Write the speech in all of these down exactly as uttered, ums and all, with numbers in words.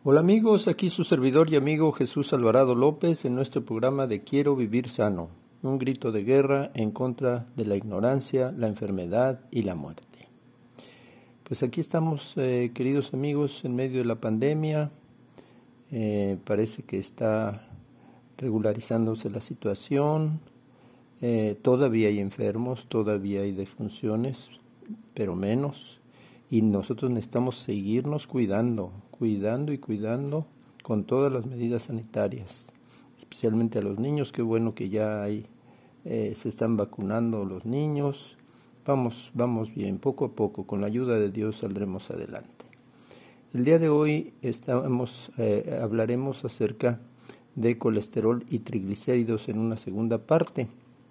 Hola amigos, aquí su servidor y amigo Jesús Alvarado López en nuestro programa de Quiero Vivir Sano, un grito de guerra en contra de la ignorancia, la enfermedad y la muerte. Pues aquí estamos, eh, queridos amigos, en medio de la pandemia. Eh, parece que está regularizándose la situación. Eh, todavía hay enfermos, todavía hay defunciones, pero menos. Y nosotros necesitamos seguirnos cuidando, cuidando y cuidando con todas las medidas sanitarias, especialmente a los niños. Qué bueno que ya hay, eh, se están vacunando los niños. Vamos, vamos bien, poco a poco, con la ayuda de Dios saldremos adelante. El día de hoy estamos, eh, hablaremos acerca de colesterol y triglicéridos en una segunda parte.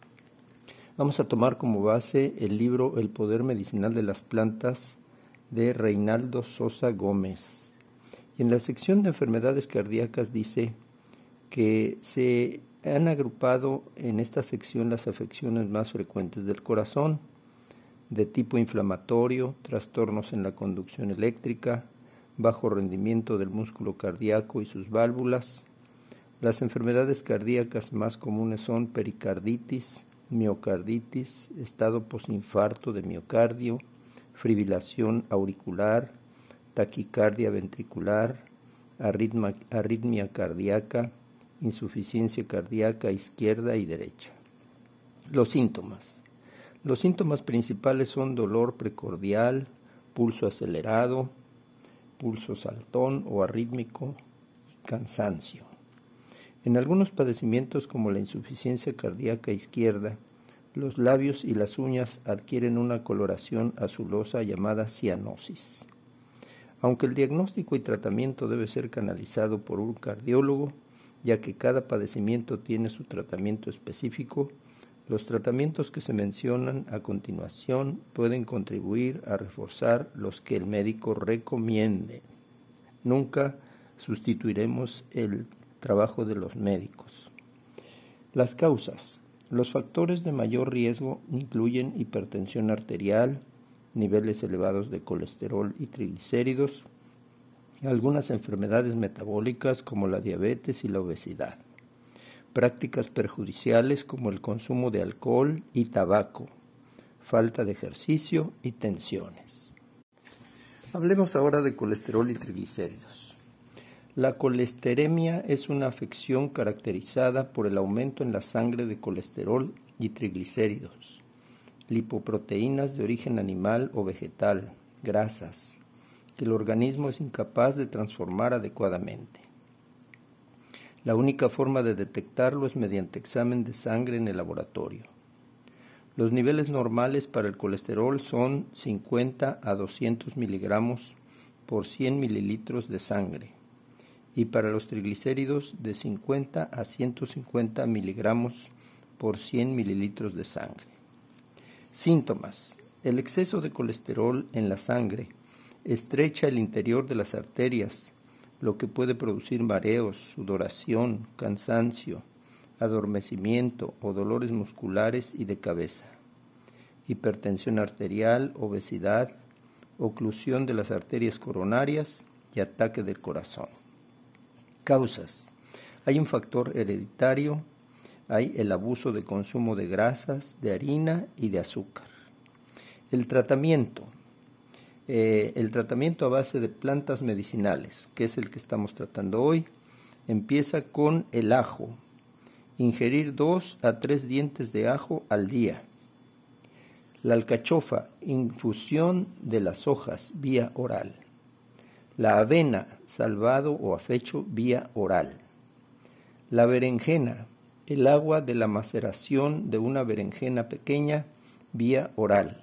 Vamos a tomar como base el libro El Poder Medicinal de las Plantas de Reinaldo Sosa Gómez. Y en la sección de enfermedades cardíacas dice que se han agrupado en esta sección las afecciones más frecuentes del corazón, de tipo inflamatorio, trastornos en la conducción eléctrica, bajo rendimiento del músculo cardíaco y sus válvulas. Las enfermedades cardíacas más comunes son pericarditis, miocarditis, estado posinfarto de miocardio, fibrilación auricular, taquicardia ventricular, arritmia, arritmia cardíaca, insuficiencia cardíaca izquierda y derecha. Los síntomas. Los síntomas principales son dolor precordial, pulso acelerado, pulso saltón o arrítmico y cansancio. En algunos padecimientos como la insuficiencia cardíaca izquierda, los labios y las uñas adquieren una coloración azulosa llamada cianosis. Aunque el diagnóstico y tratamiento debe ser canalizado por un cardiólogo, ya que cada padecimiento tiene su tratamiento específico, los tratamientos que se mencionan a continuación pueden contribuir a reforzar los que el médico recomiende. Nunca sustituiremos el trabajo de los médicos. Las causas. Los factores de mayor riesgo incluyen hipertensión arterial, niveles elevados de colesterol y triglicéridos, y algunas enfermedades metabólicas como la diabetes y la obesidad, prácticas perjudiciales como el consumo de alcohol y tabaco, falta de ejercicio y tensiones. Hablemos ahora de colesterol y triglicéridos. La colesteremia es una afección caracterizada por el aumento en la sangre de colesterol y triglicéridos, lipoproteínas de origen animal o vegetal, grasas, que el organismo es incapaz de transformar adecuadamente. La única forma de detectarlo es mediante examen de sangre en el laboratorio. Los niveles normales para el colesterol son cincuenta a doscientos miligramos por cien mililitros de sangre, y para los triglicéridos de cincuenta a ciento cincuenta miligramos por cien mililitros de sangre. Síntomas. El exceso de colesterol en la sangre estrecha el interior de las arterias, lo que puede producir mareos, sudoración, cansancio, adormecimiento o dolores musculares y de cabeza, hipertensión arterial, obesidad, oclusión de las arterias coronarias y ataque del corazón. Causas. Hay un factor hereditario, hay el abuso de consumo de grasas, de harina y de azúcar. El tratamiento. Eh, el tratamiento a base de plantas medicinales, que es el que estamos tratando hoy, empieza con el ajo. Ingerir dos a tres dientes de ajo al día. La alcachofa, infusión de las hojas vía oral. La avena, salvado o afecho vía oral. La berenjena, el agua de la maceración de una berenjena pequeña vía oral.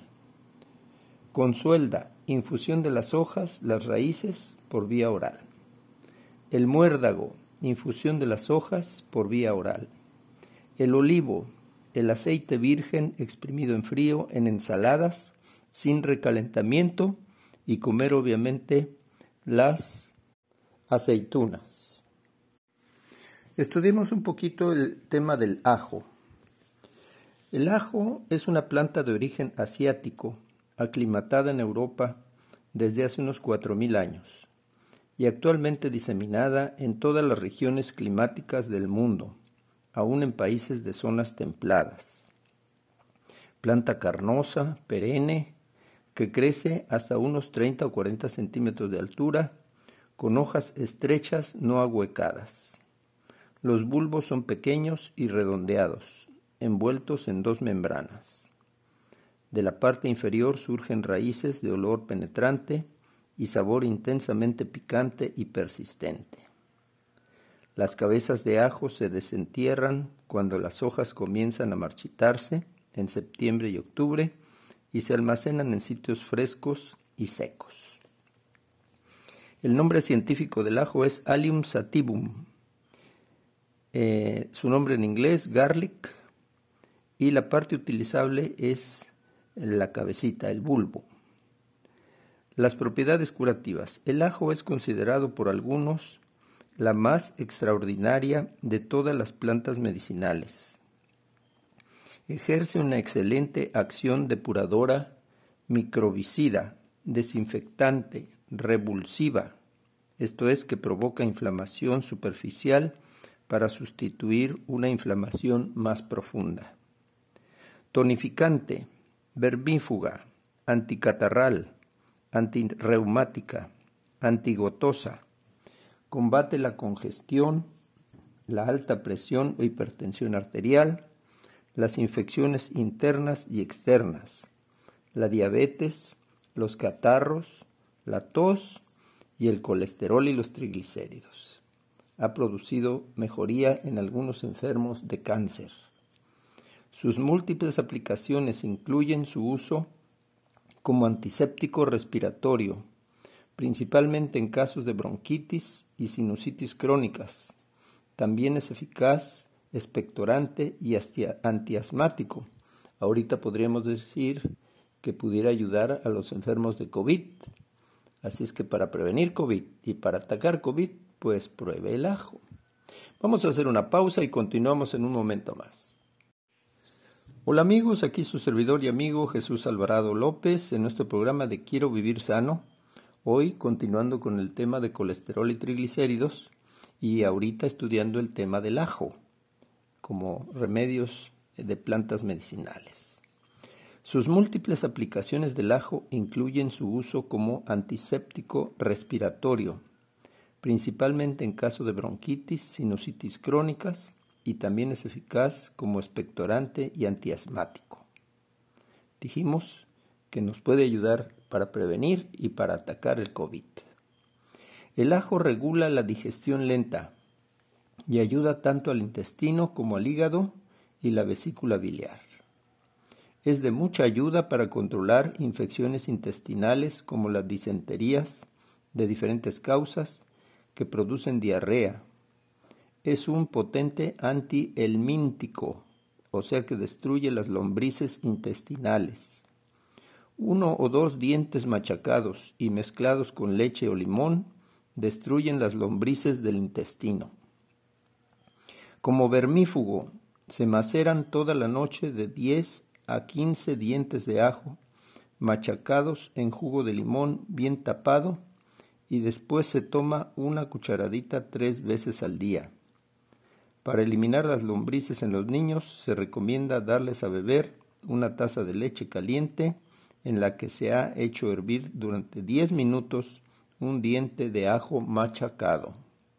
Consuelda, infusión de las hojas, las raíces por vía oral. El muérdago, infusión de las hojas por vía oral. El olivo, el aceite virgen exprimido en frío en ensaladas, sin recalentamiento, y comer obviamente las aceitunas. Estudiemos un poquito el tema del ajo. El ajo es una planta de origen asiático, aclimatada en Europa desde hace unos cuatro mil años. y actualmente diseminada en todas las regiones climáticas del mundo, aún en países de zonas templadas. Planta carnosa, perenne, que crece hasta unos treinta o cuarenta centímetros de altura, con hojas estrechas no ahuecadas. Los bulbos son pequeños y redondeados, envueltos en dos membranas. De la parte inferior surgen raíces de olor penetrante y sabor intensamente picante y persistente. Las cabezas de ajo se desentierran cuando las hojas comienzan a marchitarse en septiembre y octubre y se almacenan en sitios frescos y secos. El nombre científico del ajo es Allium sativum. Eh, su nombre en inglés, garlic, y la parte utilizable es la cabecita, el bulbo. Las propiedades curativas. El ajo es considerado por algunos la más extraordinaria de todas las plantas medicinales. Ejerce una excelente acción depuradora, microbicida, desinfectante, revulsiva, esto es que provoca inflamación superficial para sustituir una inflamación más profunda. Tonificante, vermífuga, anticatarral, antirreumática, antigotosa. Combate la congestión, la alta presión o hipertensión arterial, las infecciones internas y externas, la diabetes, los catarros, la tos y el colesterol y los triglicéridos. Ha producido mejoría en algunos enfermos de cáncer. Sus múltiples aplicaciones incluyen su uso como antiséptico respiratorio, principalmente en casos de bronquitis y sinusitis crónicas. También es eficaz, expectorante y antiasmático. Ahorita podríamos decir que pudiera ayudar a los enfermos de COVID. Así es que para prevenir COVID y para atacar COVID, pues pruebe el ajo. Vamos a hacer una pausa y continuamos en un momento más. Hola amigos, aquí su servidor y amigo Jesús Alvarado López en nuestro programa de Quiero Vivir Sano. Hoy continuando con el tema de colesterol y triglicéridos y ahorita estudiando el tema del ajo como remedios de plantas medicinales. Sus múltiples aplicaciones del ajo incluyen su uso como antiséptico respiratorio, principalmente en caso de bronquitis, sinusitis crónicas, y también es eficaz como expectorante y antiasmático. Dijimos que nos puede ayudar para prevenir y para atacar el COVID. El ajo regula la digestión lenta y ayuda tanto al intestino como al hígado y la vesícula biliar. Es de mucha ayuda para controlar infecciones intestinales como las disenterías de diferentes causas que producen diarrea. Es un potente antihelmíntico, o sea que destruye las lombrices intestinales. Uno o dos dientes machacados y mezclados con leche o limón destruyen las lombrices del intestino. Como vermífugo, se maceran toda la noche de diez a quince dientes de ajo, machacados en jugo de limón bien tapado, y después se toma una cucharadita tres veces al día. Para eliminar las lombrices en los niños, se recomienda darles a beber una taza de leche caliente en la que se ha hecho hervir durante diez minutos un diente de ajo machacado.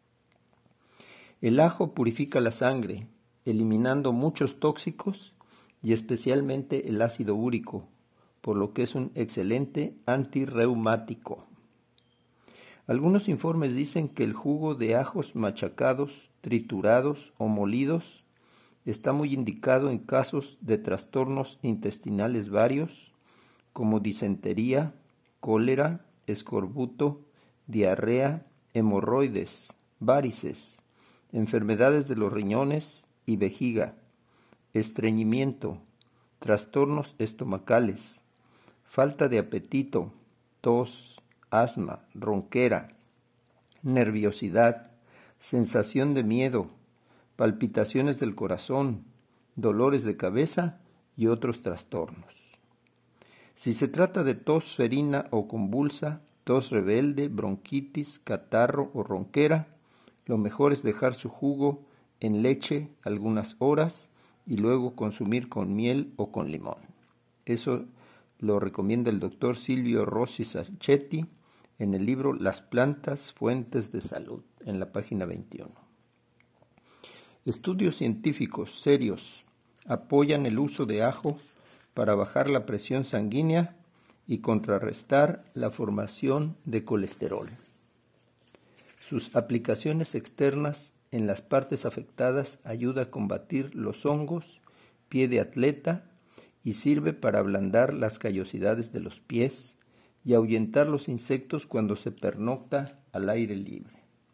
El ajo purifica la sangre, eliminando muchos tóxicos y especialmente el ácido úrico, por lo que es un excelente antirreumático. Algunos informes dicen que el jugo de ajos machacados, triturados o molidos está muy indicado en casos de trastornos intestinales varios, como disentería, cólera, escorbuto, diarrea, hemorroides, varices, enfermedades de los riñones y vejiga, estreñimiento, trastornos estomacales, falta de apetito, tos, asma, ronquera, nerviosidad, sensación de miedo, palpitaciones del corazón, dolores de cabeza y otros trastornos. Si se trata de tos ferina o convulsa, tos rebelde, bronquitis, catarro o ronquera, lo mejor es dejar su jugo en leche algunas horas y luego consumir con miel o con limón. Eso lo recomienda el doctor Silvio Rossi Sacchetti en el libro Las plantas, fuentes de salud, en la página veintiuno. Estudios científicos serios apoyan el uso de ajo para bajar la presión sanguínea y contrarrestar la formación de colesterol. Sus aplicaciones externas en las partes afectadas ayuda a combatir los hongos, pie de atleta, y sirve para ablandar las callosidades de los pies y ahuyentar los insectos cuando se pernocta al aire libre.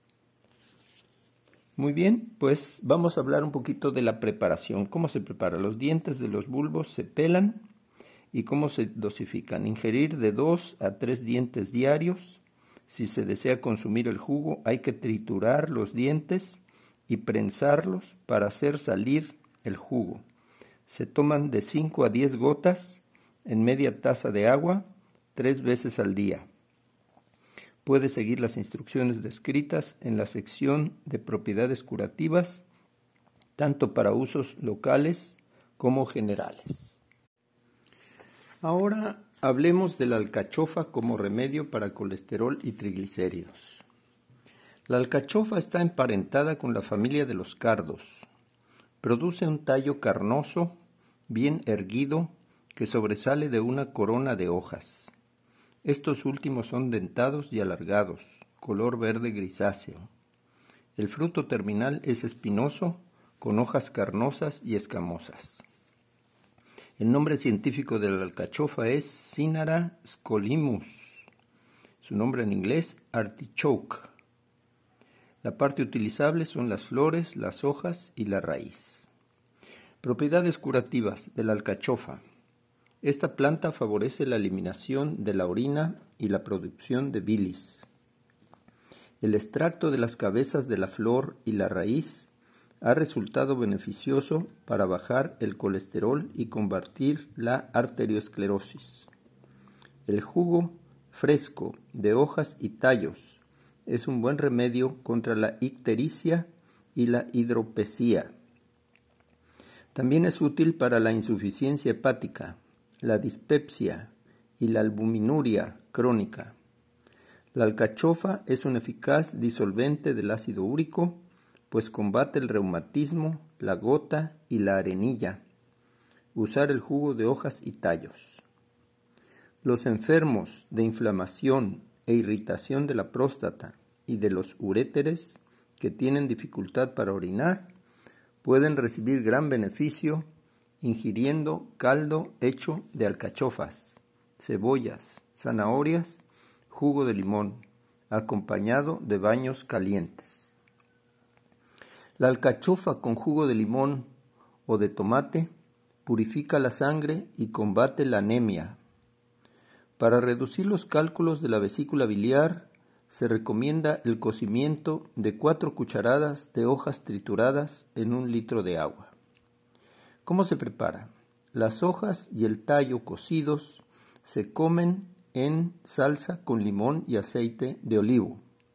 Muy bien, pues vamos a hablar un poquito de la preparación. ¿Cómo se prepara? Los dientes de los bulbos se pelan y cómo se dosifican. Ingerir de dos a tres dientes diarios. Si se desea consumir el jugo, hay que triturar los dientes y prensarlos para hacer salir el jugo. Se toman de cinco a diez gotas en media taza de agua tres veces al día. Puede seguir las instrucciones descritas en la sección de propiedades curativas, tanto para usos locales como generales. Ahora hablemos de la alcachofa como remedio para colesterol y triglicéridos. La alcachofa está emparentada con la familia de los cardos. Produce un tallo carnoso, bien erguido, que sobresale de una corona de hojas. Estos últimos son dentados y alargados, color verde grisáceo. El fruto terminal es espinoso, con hojas carnosas y escamosas. El nombre científico de la alcachofa es Cinara scolymus. Su nombre en inglés, artichoke. La parte utilizable son las flores, las hojas y la raíz. Propiedades curativas de la alcachofa. Esta planta favorece la eliminación de la orina y la producción de bilis. El extracto de las cabezas de la flor y la raíz ha resultado beneficioso para bajar el colesterol y combatir la arteriosclerosis. El jugo fresco de hojas y tallos es un buen remedio contra la ictericia y la hidropesía. También es útil para la insuficiencia hepática, la dispepsia y la albuminuria crónica. La alcachofa es un eficaz disolvente del ácido úrico, pues combate el reumatismo, la gota y la arenilla. Usar el jugo de hojas y tallos. Los enfermos de inflamación e irritación de la próstata y de los uréteres que tienen dificultad para orinar pueden recibir gran beneficio ingiriendo caldo hecho de alcachofas, cebollas, zanahorias, jugo de limón, acompañado de baños calientes. La alcachofa con jugo de limón o de tomate purifica la sangre y combate la anemia. Para reducir los cálculos de la vesícula biliar, se recomienda el cocimiento de cuatro cucharadas de hojas trituradas en un litro de agua. ¿Cómo se prepara? Las hojas y el tallo cocidos se comen en salsa con limón y aceite de olivo.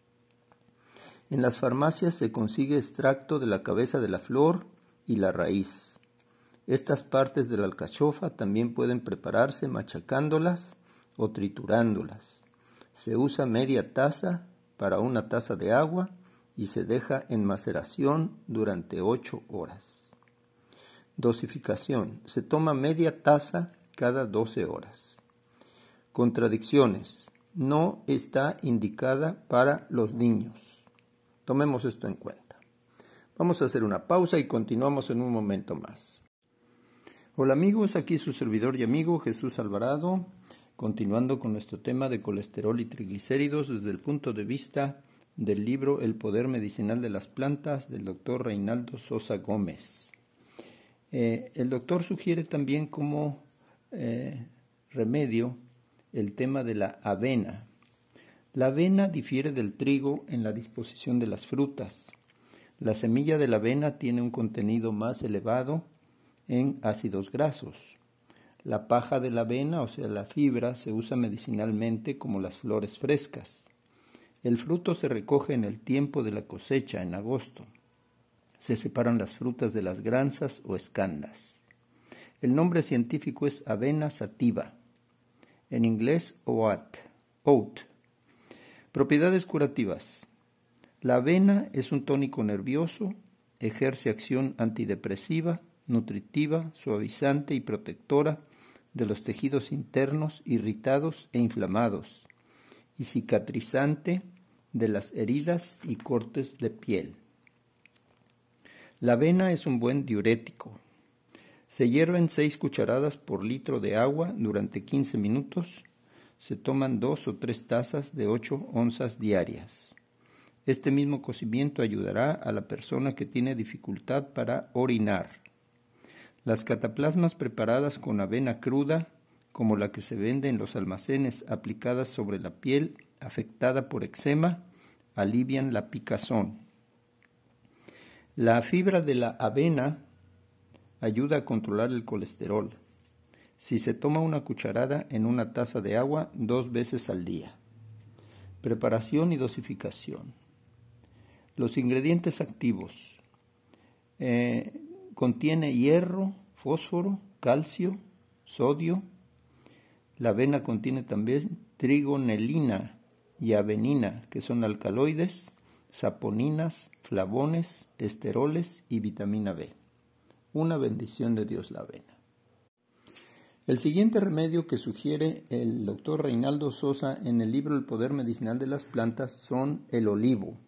En las farmacias se consigue extracto de la cabeza de la flor y la raíz. Estas partes de la alcachofa también pueden prepararse machacándolas o triturándolas. Se usa media taza para una taza de agua y se deja en maceración durante ocho horas. Dosificación. Se toma media taza cada doce horas. Contradicciones. No está indicada para los niños. Tomemos esto en cuenta. Vamos a hacer una pausa y continuamos en un momento más. Hola amigos, aquí su servidor y amigo Jesús Alvarado. Continuando con nuestro tema de colesterol y triglicéridos desde el punto de vista del libro El poder medicinal de las plantas del doctor Reinaldo Sosa Gómez. Eh, el doctor sugiere también como eh, remedio el tema de la avena. La avena difiere del trigo en la disposición de las frutas. La semilla de la avena tiene un contenido más elevado en ácidos grasos. La paja de la avena, o sea, la fibra, se usa medicinalmente como las flores frescas. El fruto se recoge en el tiempo de la cosecha, en agosto. Se separan las frutas de las granzas o escandas. El nombre científico es Avena sativa, en inglés oat. oat. Propiedades curativas. La avena es un tónico nervioso, ejerce acción antidepresiva, nutritiva, suavizante y protectora de los tejidos internos irritados e inflamados, y cicatrizante de las heridas y cortes de piel. La avena es un buen diurético. Se hierven seis cucharadas por litro de agua durante quince minutos. Se toman dos o tres tazas de ocho onzas diarias. Este mismo cocimiento ayudará a la persona que tiene dificultad para orinar. Las cataplasmas preparadas con avena cruda, como la que se vende en los almacenes aplicadas sobre la piel afectada por eczema, alivian la picazón. La fibra de la avena ayuda a controlar el colesterol. Si se toma una cucharada en una taza de agua dos veces al día. Preparación y dosificación. Los ingredientes activos. Eh, contiene hierro, fósforo, calcio, sodio. La avena contiene también trigonelina y avenina, que son alcaloides, saponinas, flavones, esteroles y vitamina B. Una bendición de Dios la avena. El siguiente remedio que sugiere el doctor Reinaldo Sosa en el libro El poder medicinal de las plantas son el olivo.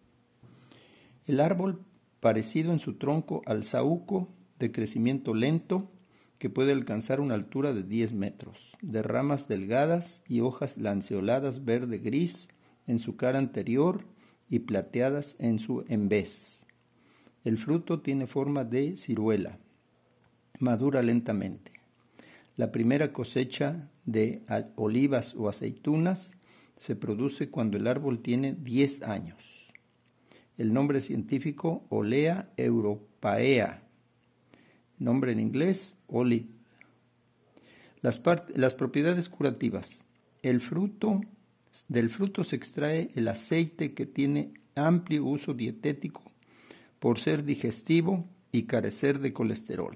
El árbol parecido en su tronco al saúco, de crecimiento lento, que puede alcanzar una altura de diez metros, de ramas delgadas y hojas lanceoladas verde-gris en su cara anterior y plateadas en su envés. El fruto tiene forma de ciruela. Madura lentamente. La primera cosecha de olivas o aceitunas se produce cuando el árbol tiene diez años. El nombre científico, Olea europaea. Nombre en inglés, olive. Las, las propiedades curativas. El fruto, del fruto se extrae el aceite que tiene amplio uso dietético por ser digestivo y carecer de colesterol.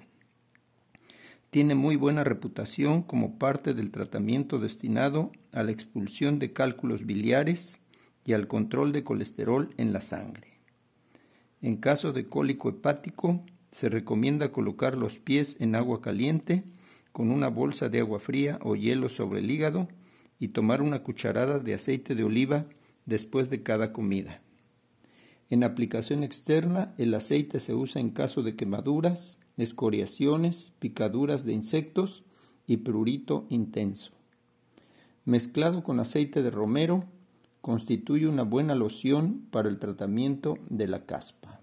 Tiene muy buena reputación como parte del tratamiento destinado a la expulsión de cálculos biliares y al control de colesterol en la sangre. En caso de cólico hepático, se recomienda colocar los pies en agua caliente con una bolsa de agua fría o hielo sobre el hígado y tomar una cucharada de aceite de oliva después de cada comida. En aplicación externa, el aceite se usa en caso de quemaduras, escoriaciones, picaduras de insectos y prurito intenso. Mezclado con aceite de romero, constituye una buena loción para el tratamiento de la caspa.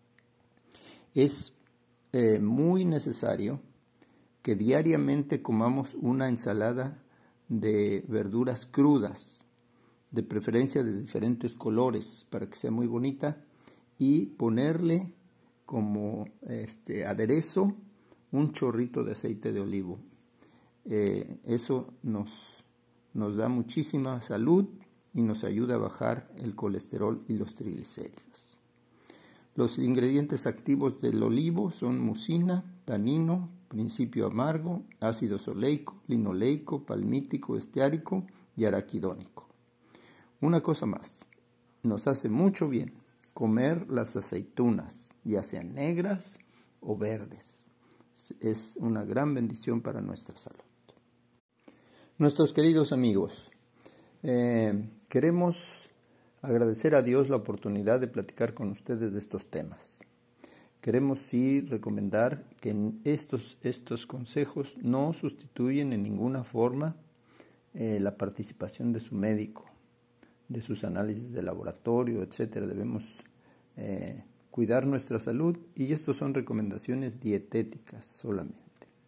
Es eh, muy necesario que diariamente comamos una ensalada de verduras crudas, de preferencia de diferentes colores, para que sea muy bonita, y ponerle como este aderezo un chorrito de aceite de olivo. Eh, eso nos, nos da muchísima salud y nos ayuda a bajar el colesterol y los triglicéridos. Los ingredientes activos del olivo son mucina, tanino, principio amargo, ácido oleico, linoleico, palmítico, esteárico y araquidónico. Una cosa más, nos hace mucho bien comer las aceitunas, ya sean negras o verdes. Es una gran bendición para nuestra salud. Nuestros queridos amigos, eh, queremos agradecer a Dios la oportunidad de platicar con ustedes de estos temas. Queremos sí recomendar que estos, estos consejos no sustituyen en ninguna forma eh, la participación de su médico, de sus análisis de laboratorio, etcétera. Debemos eh, cuidar nuestra salud y estos son recomendaciones dietéticas solamente.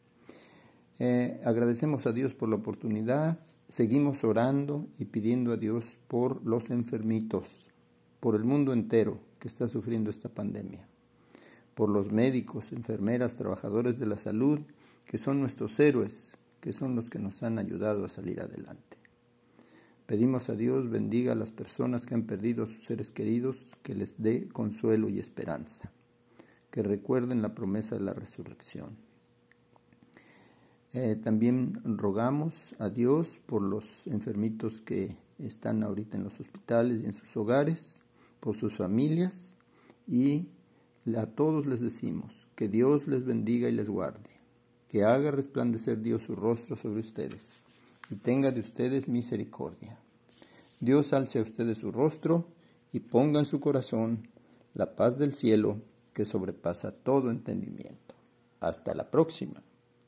Eh, agradecemos a Dios por la oportunidad, seguimos orando y pidiendo a Dios por los enfermitos, por el mundo entero que está sufriendo esta pandemia, por los médicos, enfermeras, trabajadores de la salud, que son nuestros héroes, que son los que nos han ayudado a salir adelante. Pedimos a Dios bendiga a las personas que han perdido a sus seres queridos, que les dé consuelo y esperanza, que recuerden la promesa de la resurrección. Eh, también rogamos a Dios por los enfermitos que están ahorita en los hospitales y en sus hogares, por sus familias, y a todos les decimos que Dios les bendiga y les guarde, que haga resplandecer Dios su rostro sobre ustedes y tenga de ustedes misericordia. Dios alce a ustedes su rostro y ponga en su corazón la paz del cielo que sobrepasa todo entendimiento. Hasta la próxima.